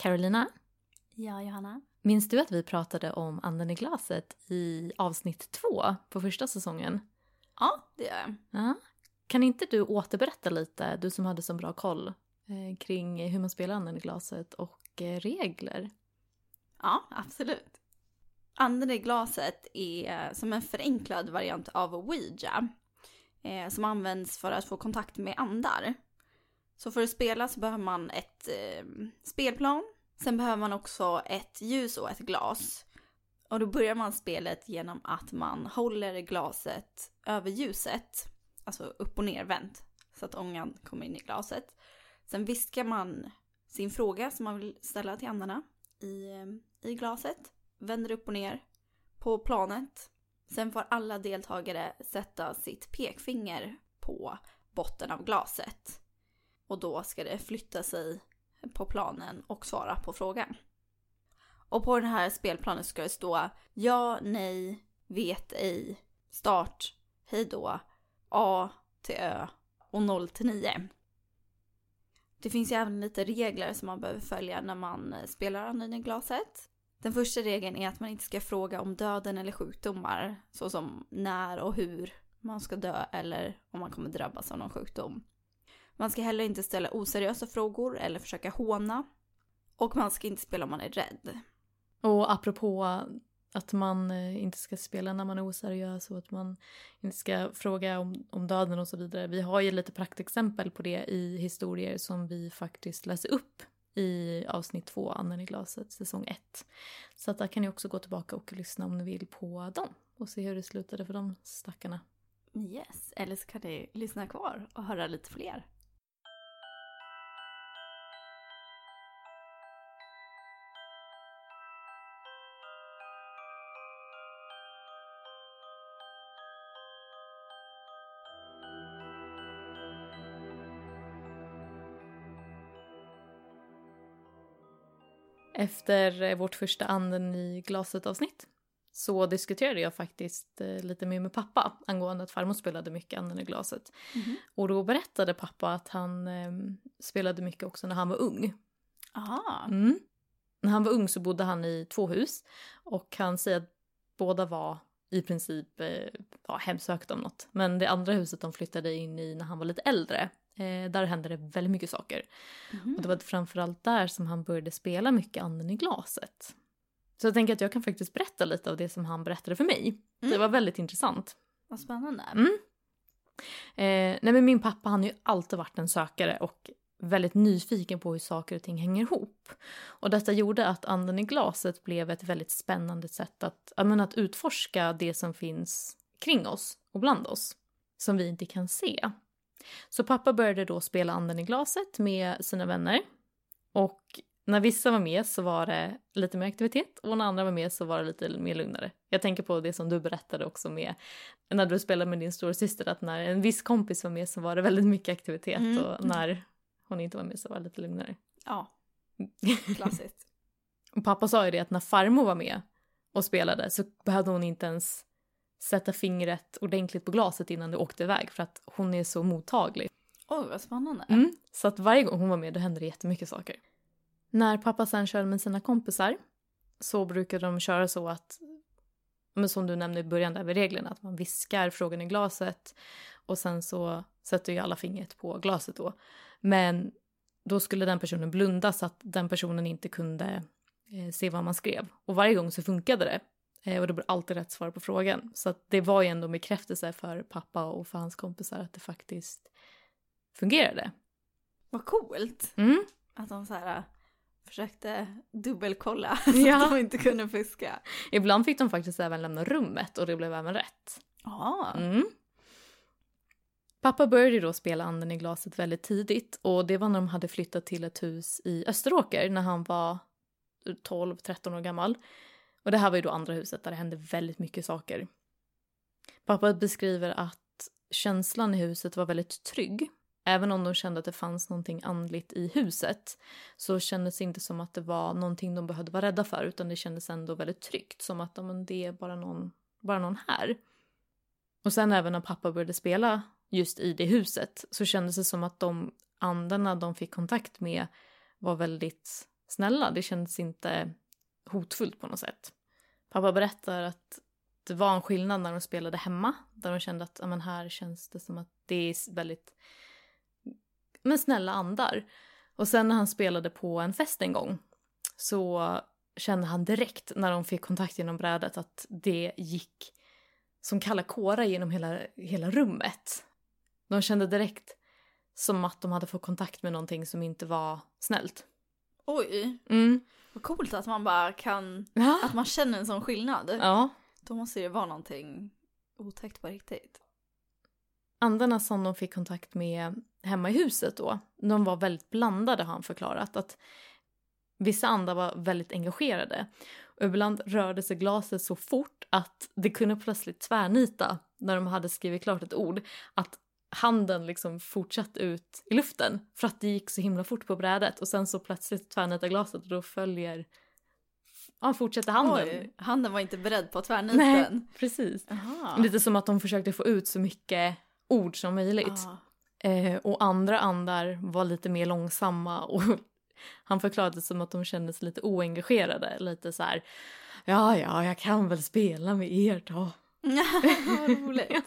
Carolina, Ja, Johanna. minns du att vi pratade om anden i glaset i avsnitt 2 på första säsongen? Ja, det gör jag. Ja. Kan inte du återberätta lite, du som hade så bra koll kring hur man spelar anden i glaset och regler? Ja, absolut. Anden i glaset är som en förenklad variant av Ouija som används för att få kontakt med andar. Så för att spela så behöver man ett spelplan. Sen behöver man också ett ljus och ett glas. Och då börjar man spelet genom att man håller glaset över ljuset. Alltså upp och ner vänt. Så att ångan kommer in i glaset. Sen viskar man sin fråga som man vill ställa till andarna i glaset. Vänder upp och ner på planet. Sen får alla deltagare sätta sitt pekfinger på botten av glaset. Och då ska det flytta sig på planen och svara på frågan. Och på den här spelplanen ska det stå ja, nej, vet ej, start, hej då, A till Ö och 0 till 9. Det finns ju även lite regler som man behöver följa när man spelar anden i glaset. Den första regeln är att man inte ska fråga om döden eller sjukdomar, såsom när och hur man ska dö eller om man kommer drabbas av någon sjukdom. Man ska heller inte ställa oseriösa frågor eller försöka håna. Och man ska inte spela om man är rädd. Och apropå att man inte ska spela när man är oseriös och att man inte ska fråga om döden och så vidare. Vi har ju lite praktexempel på det i historier som vi faktiskt läser upp i avsnitt 2, anden i glaset, säsong 1. Så att där kan ni också gå tillbaka och lyssna om ni vill på dem och se hur det slutade för de stackarna. Yes, eller så kan ni lyssna kvar och höra lite fler. Efter vårt första anden i glaset avsnitt så diskuterade jag faktiskt lite mer med pappa angående att farmor spelade mycket anden i glaset. Mm-hmm. Och då berättade pappa att han spelade mycket också när han var ung. Aha. När han var ung så bodde han i 2 hus och han säger att båda var i princip hemsökta om något. Men det andra huset de flyttade in i när han var lite äldre, där hände det väldigt mycket saker. Mm-hmm. Och det var framförallt där som han började spela mycket anden i glaset. Så jag tänker att jag kan faktiskt berätta lite av det som han berättade för mig. Det var väldigt intressant. Vad spännande. Nej, men min pappa, han har ju alltid varit en sökare och väldigt nyfiken på hur saker och ting hänger ihop. Och detta gjorde att anden i glaset blev ett väldigt spännande sätt att utforska det som finns kring oss och bland oss som vi inte kan se. Så pappa började då spela anden i glaset med sina vänner. Och när vissa var med så var det lite mer aktivitet och när andra var med så var det lite mer lugnare. Jag tänker på det som du berättade också med när du spelade med din stora syster, att när en viss kompis var med så var det väldigt mycket aktivitet och när hon inte var med så var det lite lugnare. Ja, klassiskt. Och pappa sa ju det att när farmor var med och spelade så behövde hon inte ens sätta fingret ordentligt på glaset innan det åkte iväg för att hon är så mottaglig. Oj, vad spännande. Så att varje gång hon var med då hände det jättemycket saker. När pappa sen körde med sina kompisar så brukade de köra så att, men som du nämnde i början där vid reglerna, att man viskar frågan i glaset och sen så sätter ju alla fingret på glaset då. Men då skulle den personen blunda så att den personen inte kunde se vad man skrev. Och varje gång så funkade det. Och det blev alltid rätt svar på frågan. Så att det var ju ändå bekräftelse för pappa och för hans kompisar att det faktiskt fungerade. Vad coolt. Att de så här försökte dubbelkolla så att de inte kunde fuska. Ibland fick de faktiskt även lämna rummet och det blev även rätt. Pappa började då spela anden i glaset väldigt tidigt och det var när de hade flyttat till ett hus i Österåker när han var 12-13 år gammal. Och det här var ju då andra huset där det hände väldigt mycket saker. Pappa beskriver att känslan i huset var väldigt trygg. Även om de kände att det fanns någonting andligt i huset så kändes det inte som att det var någonting de behövde vara rädda för, utan det kändes ändå väldigt tryggt, som att det är bara någon här. Och sen även när pappa började spela just i det huset så kändes det som att de andarna de fick kontakt med var väldigt snälla. Det kändes inte hotfullt på något sätt. Pappa berättar att det var en skillnad när de spelade hemma. Där de kände att men här känns det som att det är väldigt snälla andar. Och sen när han spelade på en fest en gång så kände han direkt när de fick kontakt genom brädet att det gick som kalla kårar genom hela rummet. De kände direkt som att de hade fått kontakt med någonting som inte var snällt. Oj, vad coolt att man bara kan, att man känner en sån skillnad. Ja. Då måste det vara någonting otäckt på riktigt. Andarna som de fick kontakt med hemma i huset då, de var väldigt blandade har han förklarat. Att vissa andar var väldigt engagerade. Och ibland rörde sig glaset så fort att det kunde plötsligt tvärnita när de hade skrivit klart ett ord. Att handen liksom fortsatte ut i luften för att det gick så himla fort på brädet. Och sen så plötsligt tvärnita glaset och då fortsätter handen. Oj, handen var inte beredd på tvärniten. Nej, precis. Aha. Lite som att de försökte få ut så mycket ord som möjligt. Och andra andar var lite mer långsamma och han förklarade som att de kändes lite oengagerade. Lite så här, ja, jag kan väl spela med er då. Vad roligt.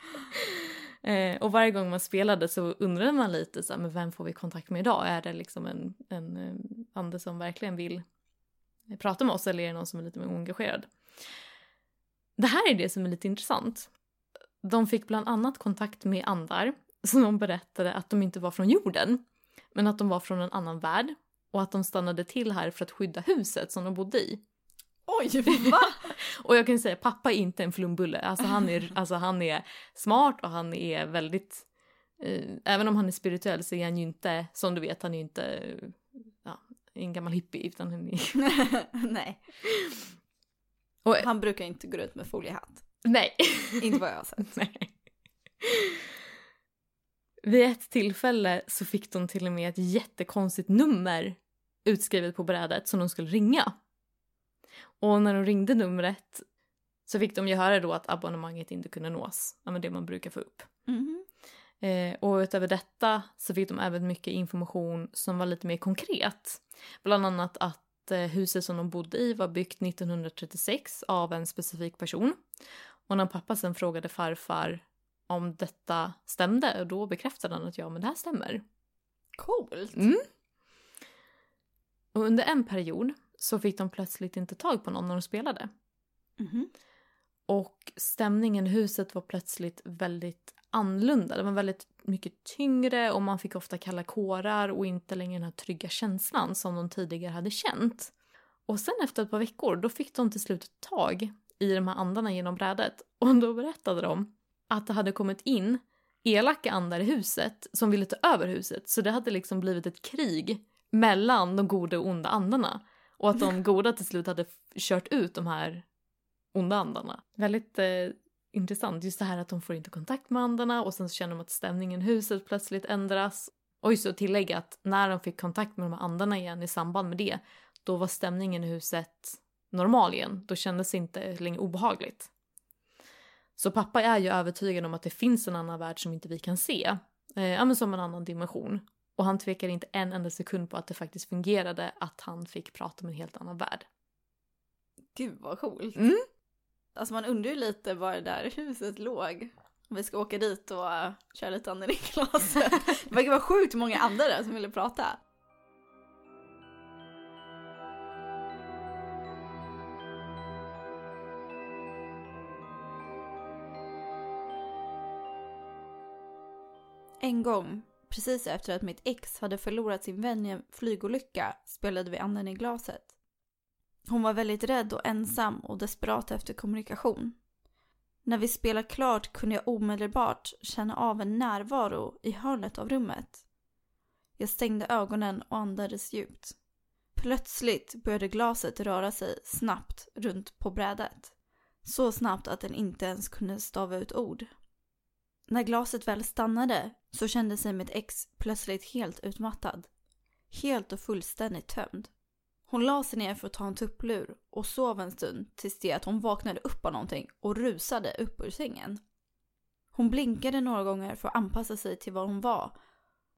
Och varje gång man spelade så undrade man lite så här, men vem får vi kontakt med idag? Är det liksom en ande som verkligen vill prata med oss eller är det någon som är lite mer oengagerad? Det här är det som är lite intressant. De fick bland annat kontakt med andar som de berättade att de inte var från jorden men att de var från en annan värld och att de stannade till här för att skydda huset som de bodde i. Oj, va? Och jag kan säga, pappa är inte en flumbulle. Alltså han är smart och han är väldigt... även om han är spirituell så är han ju inte, som du vet, han är ju inte en gammal hippie utan han är... Nej. Och, han brukar inte gå ut med foliehatt. Nej. Inte vad jag har sett. Nej. Vid ett tillfälle så fick de till och med ett jättekonstigt nummer utskrivet på brädet som de skulle ringa. Och när de ringde numret så fick de ju höra då att abonnemanget inte kunde nås. Ja, men det man brukar få upp. Och utöver detta så fick de även mycket information som var lite mer konkret. Bland annat att huset som de bodde i var byggt 1936 av en specifik person. Och när pappa sen frågade farfar om detta stämde, då bekräftade han att ja, men det här stämmer. Coolt. Och under en period så fick de plötsligt inte tag på någon när de spelade. Och stämningen i huset var plötsligt väldigt annorlunda. Det var väldigt mycket tyngre och man fick ofta kalla kårar och inte längre den här trygga känslan som de tidigare hade känt. Och sen efter ett par veckor då fick de till slut tag i de här andarna genom brädet. Och då berättade de att det hade kommit in elaka andar i huset som ville ta över huset. Så det hade liksom blivit ett krig mellan de goda och onda andarna. Och att de goda till slut hade kört ut de här onda andarna. Väldigt intressant. Just det här att de får inte kontakt med andarna. Och sen så känner de att stämningen i huset plötsligt ändras. Och just att tillägga att när de fick kontakt med de här andarna igen i samband med det. Då var stämningen i huset normal igen. Då kändes det inte längre obehagligt. Så pappa är ju övertygad om att det finns en annan värld som inte vi kan se. Men som en annan dimension. Och han tvekar inte en enda sekund på att det faktiskt fungerade att han fick prata med en helt annan värld. Gud vad coolt. Alltså man undrar ju lite var det där huset låg. Om vi ska åka dit och köra lite andra i glaset. Det verkar vara sjukt många andra som ville prata. En gång, precis efter att mitt ex hade förlorat sin vän i en flygolycka, spelade vi anden i glaset. Hon var väldigt rädd och ensam och desperat efter kommunikation. När vi spelade klart kunde jag omedelbart känna av en närvaro i hörnet av rummet. Jag stängde ögonen och andades djupt. Plötsligt började glaset röra sig snabbt runt på brädet. Så snabbt att den inte ens kunde stava ut ord. När glaset väl stannade så kände sig mitt ex plötsligt helt utmattad. Helt och fullständigt tömd. Hon la sig ner för att ta en tupplur och sov en stund tills det att hon vaknade upp av någonting och rusade upp ur sängen. Hon blinkade några gånger för att anpassa sig till var hon var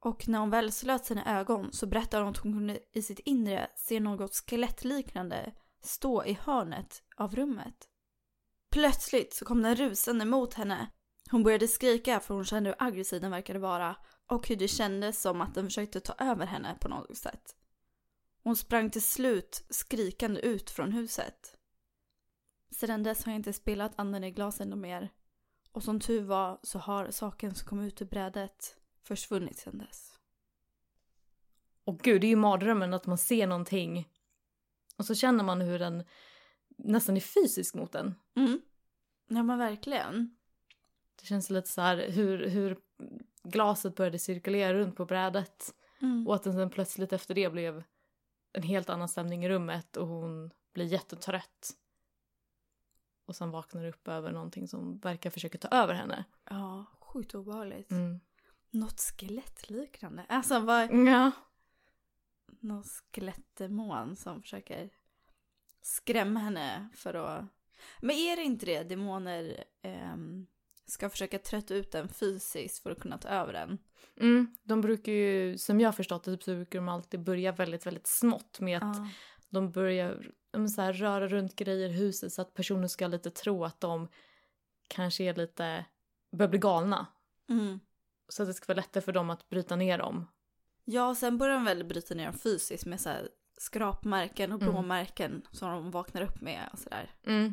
Och när hon väl slöt sina ögon så berättade hon att hon kunde i sitt inre se något skelettliknande stå i hörnet av rummet. Plötsligt så kom den rusande mot henne. Hon började skrika för hon kände hur aggressiv den verkade vara och hur det kändes som att den försökte ta över henne på något sätt. Hon sprang till slut skrikande ut från huset. Sedan dess har jag inte spelat anden i glasen något mer. Och som tur var så har saken som kom ut ur brädet försvunnit sedan dess. Och gud, det är ju mardrömmen att man ser någonting och så känner man hur den nästan är fysisk mot en. Mm. Ja, men verkligen. Det känns lite så här hur glaset började cirkulera runt på brädet. Och att den sen plötsligt efter det blev en helt annan stämning i rummet och hon blir jättetrött. Och sen vaknar upp över någonting som verkar försöka ta över henne. Ja, sjukt obehagligt. Mm. Något skelettliknande. Alltså vad... Ja. Någon skelettdemon som försöker skrämma henne för att... Men är det inte det? Demoner ska försöka trötta ut den fysiskt för att kunna ta över den. De brukar ju, som jag har förstått det, så brukar de alltid börja väldigt, väldigt smått med att de börjar så här, röra runt grejer i huset så att personer ska lite tro att de kanske är lite, börjar bli galna. Så att det ska vara lättare för dem att bryta ner dem. Ja, sen börjar de väl bryta ner dem fysiskt med så här skrapmärken och blåmärken som de vaknar upp med och sådär.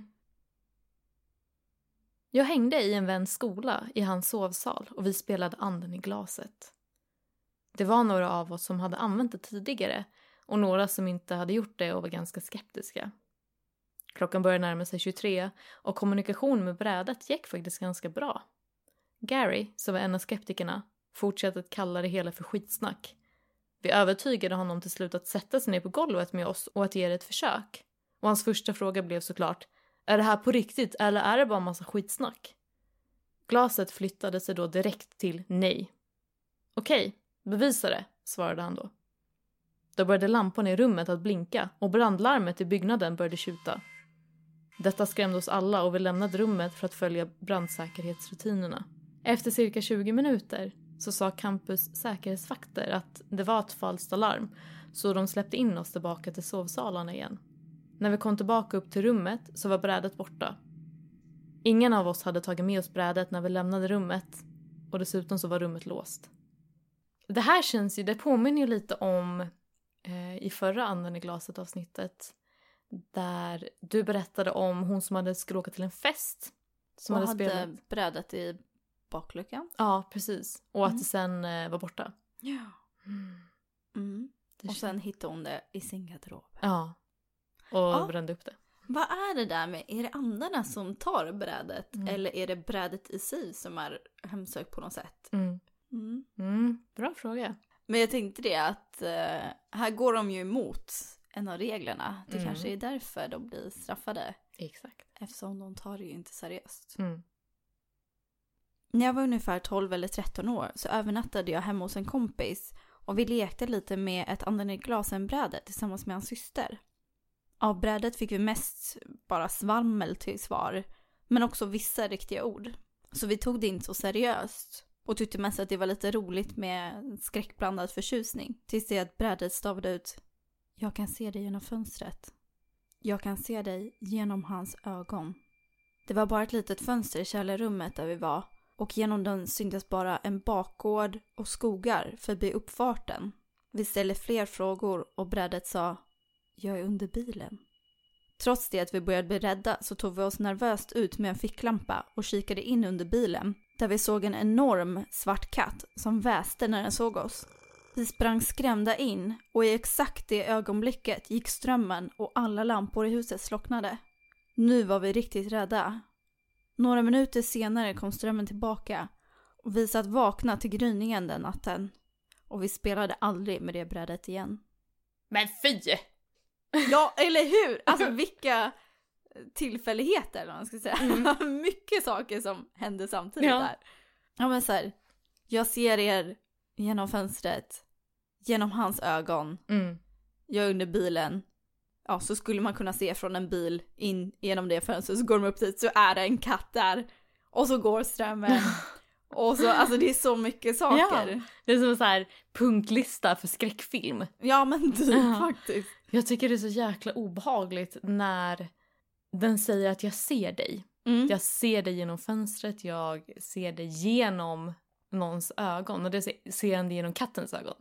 Jag hängde i en väns skola i hans sovsal och vi spelade anden i glaset. Det var några av oss som hade använt det tidigare och några som inte hade gjort det och var ganska skeptiska. Klockan började närma sig 23 och kommunikation med brädet gick faktiskt ganska bra. Gary, som var en av skeptikerna, fortsatte att kalla det hela för skitsnack. Vi övertygade honom till slut att sätta sig ner på golvet med oss och att ge det ett försök. Och hans första fråga blev såklart: är det här på riktigt eller är det bara en massa skitsnack? Glaset flyttade sig då direkt till nej. Okej, bevisa det, svarade han då. Då började lamporna i rummet att blinka och brandlarmet i byggnaden började tjuta. Detta skrämde oss alla och vi lämnade rummet för att följa brandsäkerhetsrutinerna. Efter cirka 20 minuter så sa campus säkerhetsvakter att det var ett falskt alarm, så de släppte in oss tillbaka till sovsalarna igen. När vi kom tillbaka upp till rummet så var brädet borta. Ingen av oss hade tagit med oss brädet när vi lämnade rummet och dessutom så var rummet låst. Det här känns ju, det påminner ju lite om i förra anden i glaset avsnittet där du berättade om hon som skulle åka till en fest. Som hade spelat brädet i bakluckan. Ja, precis. Och att det sen var borta. Ja. Och sen hittade hon det i sin garderob. Ja. Och brände upp det. Vad är det där med? Är det andarna som tar brädet? Eller är det brädet i sig som är hemsökt på något sätt? Bra fråga. Men jag tänkte det att här går de ju emot en av reglerna. Det kanske är därför de blir straffade. Exakt. Eftersom de tar det ju inte seriöst. När jag var ungefär 12 eller 13 år så övernattade jag hemma hos en kompis. Och vi lekte lite med ett anden i glasenbräde tillsammans med hans syster. Av brädet fick vi mest bara svammel till svar. Men också vissa riktiga ord. Så vi tog det inte så seriöst. Och tyckte mest att det var lite roligt med skräckblandad förtjusning. Tills det att brädet stavade ut: jag kan se dig genom fönstret. Jag kan se dig genom hans ögon. Det var bara ett litet fönster i källarrummet där vi var. Och genom den syntes bara en bakgård och skogar förbi uppfarten. Vi ställde fler frågor och brädet sa: jag är under bilen. Trots det att vi började bli rädda så tog vi oss nervöst ut med en ficklampa och kikade in under bilen. Där vi såg en enorm svart katt som väste när den såg oss. Vi sprang skrämda in och i exakt det ögonblicket gick strömmen och alla lampor i huset slocknade. Nu var vi riktigt rädda. Några minuter senare kom strömmen tillbaka och vi satt vakna till gryningen den natten. Och vi spelade aldrig med det brädet igen. Men fy! Ja, eller hur? Alltså vilka tillfälligheter, eller vad man ska säga. Mycket saker som hände samtidigt där. Ja, men så här, jag ser er genom fönstret, genom hans ögon. Jag är under bilen. Ja, så skulle man kunna se från en bil in genom det fönstret, så går de upp dit så är det en katt där. Och så går strömmen. Och så, alltså det är så mycket saker. Ja, det är som en så här punktlista för skräckfilm. Ja, men typ faktiskt. Jag tycker det är så jäkla obehagligt när den säger att jag ser dig. Jag ser dig genom fönstret, jag ser dig genom någons ögon. Och det ser den genom kattens ögon.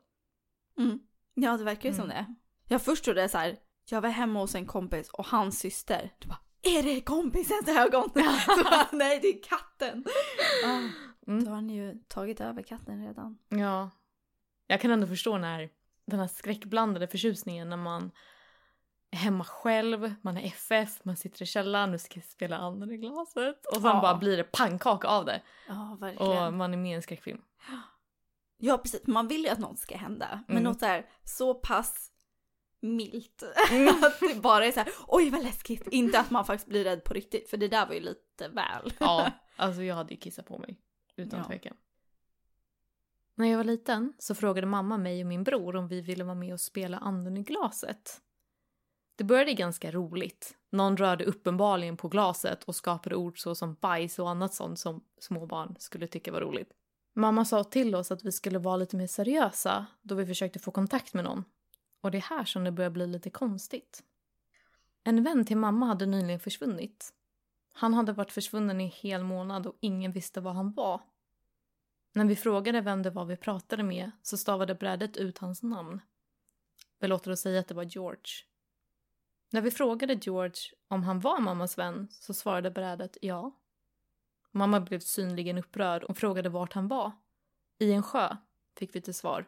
Ja, det verkar ju som det. Jag först trodde så här, jag var hemma hos en kompis och hans syster. Du bara, är det kompisens ögon? Så bara, nej, det är katten. Då har ni ju tagit över katten redan. Ja. Jag kan ändå förstå när den här skräckblandade förtjusningen när man är hemma själv, man är FF, man sitter i källaren, nu ska jag spela anden i glaset. Och sen bara blir det pannkaka av det. Ja, verkligen. Och man är med i en skräckfilm. Ja, precis. Man vill ju att något ska hända. Men något så pass milt. Att det bara är så här, oj vad läskigt. Inte att man faktiskt blir rädd på riktigt. För det där var ju lite väl. Ja, alltså jag hade ju kissat på mig. Utan tvekan. När jag var liten så frågade mamma mig och min bror om vi ville vara med och spela anden i glaset. Det började ganska roligt. Någon rörde uppenbarligen på glaset och skapade ord så som bajs och annat sånt som små barn skulle tycka var roligt. Mamma sa till oss att vi skulle vara lite mer seriösa då vi försökte få kontakt med någon. Och det är här som det börjar bli lite konstigt. En vän till mamma hade nyligen försvunnit. Han hade varit försvunnen i en hel månad och ingen visste var han var. När vi frågade vem det var vi pratade med så stavade brädet ut hans namn. Vi låter oss säga att det var George. När vi frågade George om han var mammas vän så svarade brädet ja. Mamma blev synligen upprörd och frågade vart han var. I en sjö, fick vi till svar.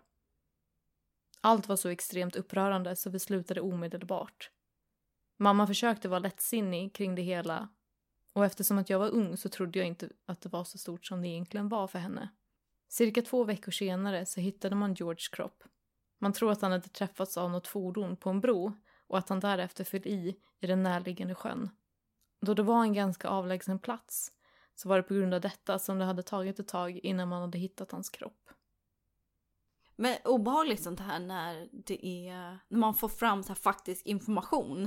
Allt var så extremt upprörande så vi slutade omedelbart. Mamma försökte vara lättsinnig kring det hela. Och eftersom att jag var ung så trodde jag inte att det var så stort som det egentligen var för henne. Cirka 2 veckor senare så hittade man Georges kropp. Man tror att han hade träffats av något fordon på en bro och att han därefter föll i den närliggande sjön. Då det var en ganska avlägsen plats så var det på grund av detta som det hade tagit ett tag innan man hade hittat hans kropp. Men obehagligt sånt här när man får fram så här faktisk information.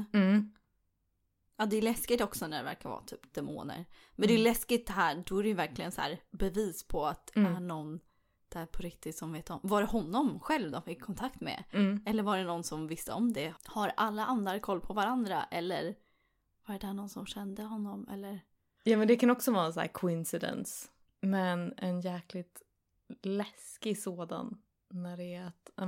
Ja, det är läskigt också när det verkar vara typ demoner. Men det är läskigt här, då är det ju verkligen så här bevis på att det är någon där på riktigt som vet om. Var det honom själv de fick kontakt med? Eller var det någon som visste om det? Har alla andra koll på varandra? Eller var det där någon som kände honom? Eller? Ja, men det kan också vara en sån här coincidence. Men en jäkligt läskig sådan. När det är att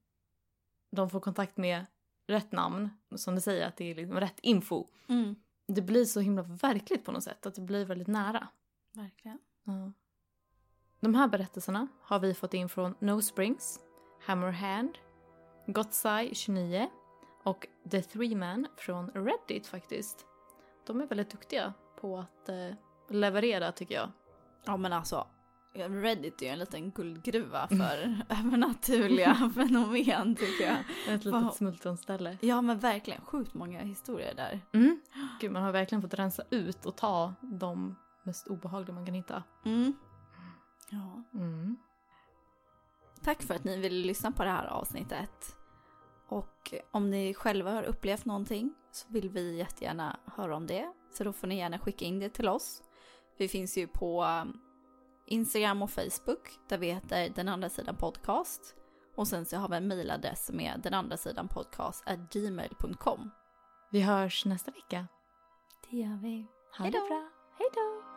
de får kontakt med rätt namn. Som du säger, att det är liksom rätt info. Det blir så himla verkligt på något sätt. Att det blir väldigt nära. Verkligen. Ja. De här berättelserna har vi fått in från No Springs, Hammerhand, Gotsai 29 och The Three Man från Reddit faktiskt. De är väldigt duktiga på att leverera tycker jag. Ja, men alltså Reddit är ju en liten guldgruva för övernaturliga fenomen tycker jag. Ett litet smultronställe. Ja, men verkligen sjukt många historier där. Gud, man har verkligen fått rensa ut och ta de mest obehagliga man kan hitta. Ja. Tack för att ni ville lyssna på det här avsnittet. Och om ni själva har upplevt någonting så vill vi jättegärna höra om det. Så då får ni gärna skicka in det till oss. Vi finns ju på Instagram och Facebook där vi heter Den andra sidan podcast. Och sen så har vi en mailadress som är denandrasidanpodcast@gmail.com. Vi hörs nästa vecka. Det gör vi. Ha det bra. Hej då!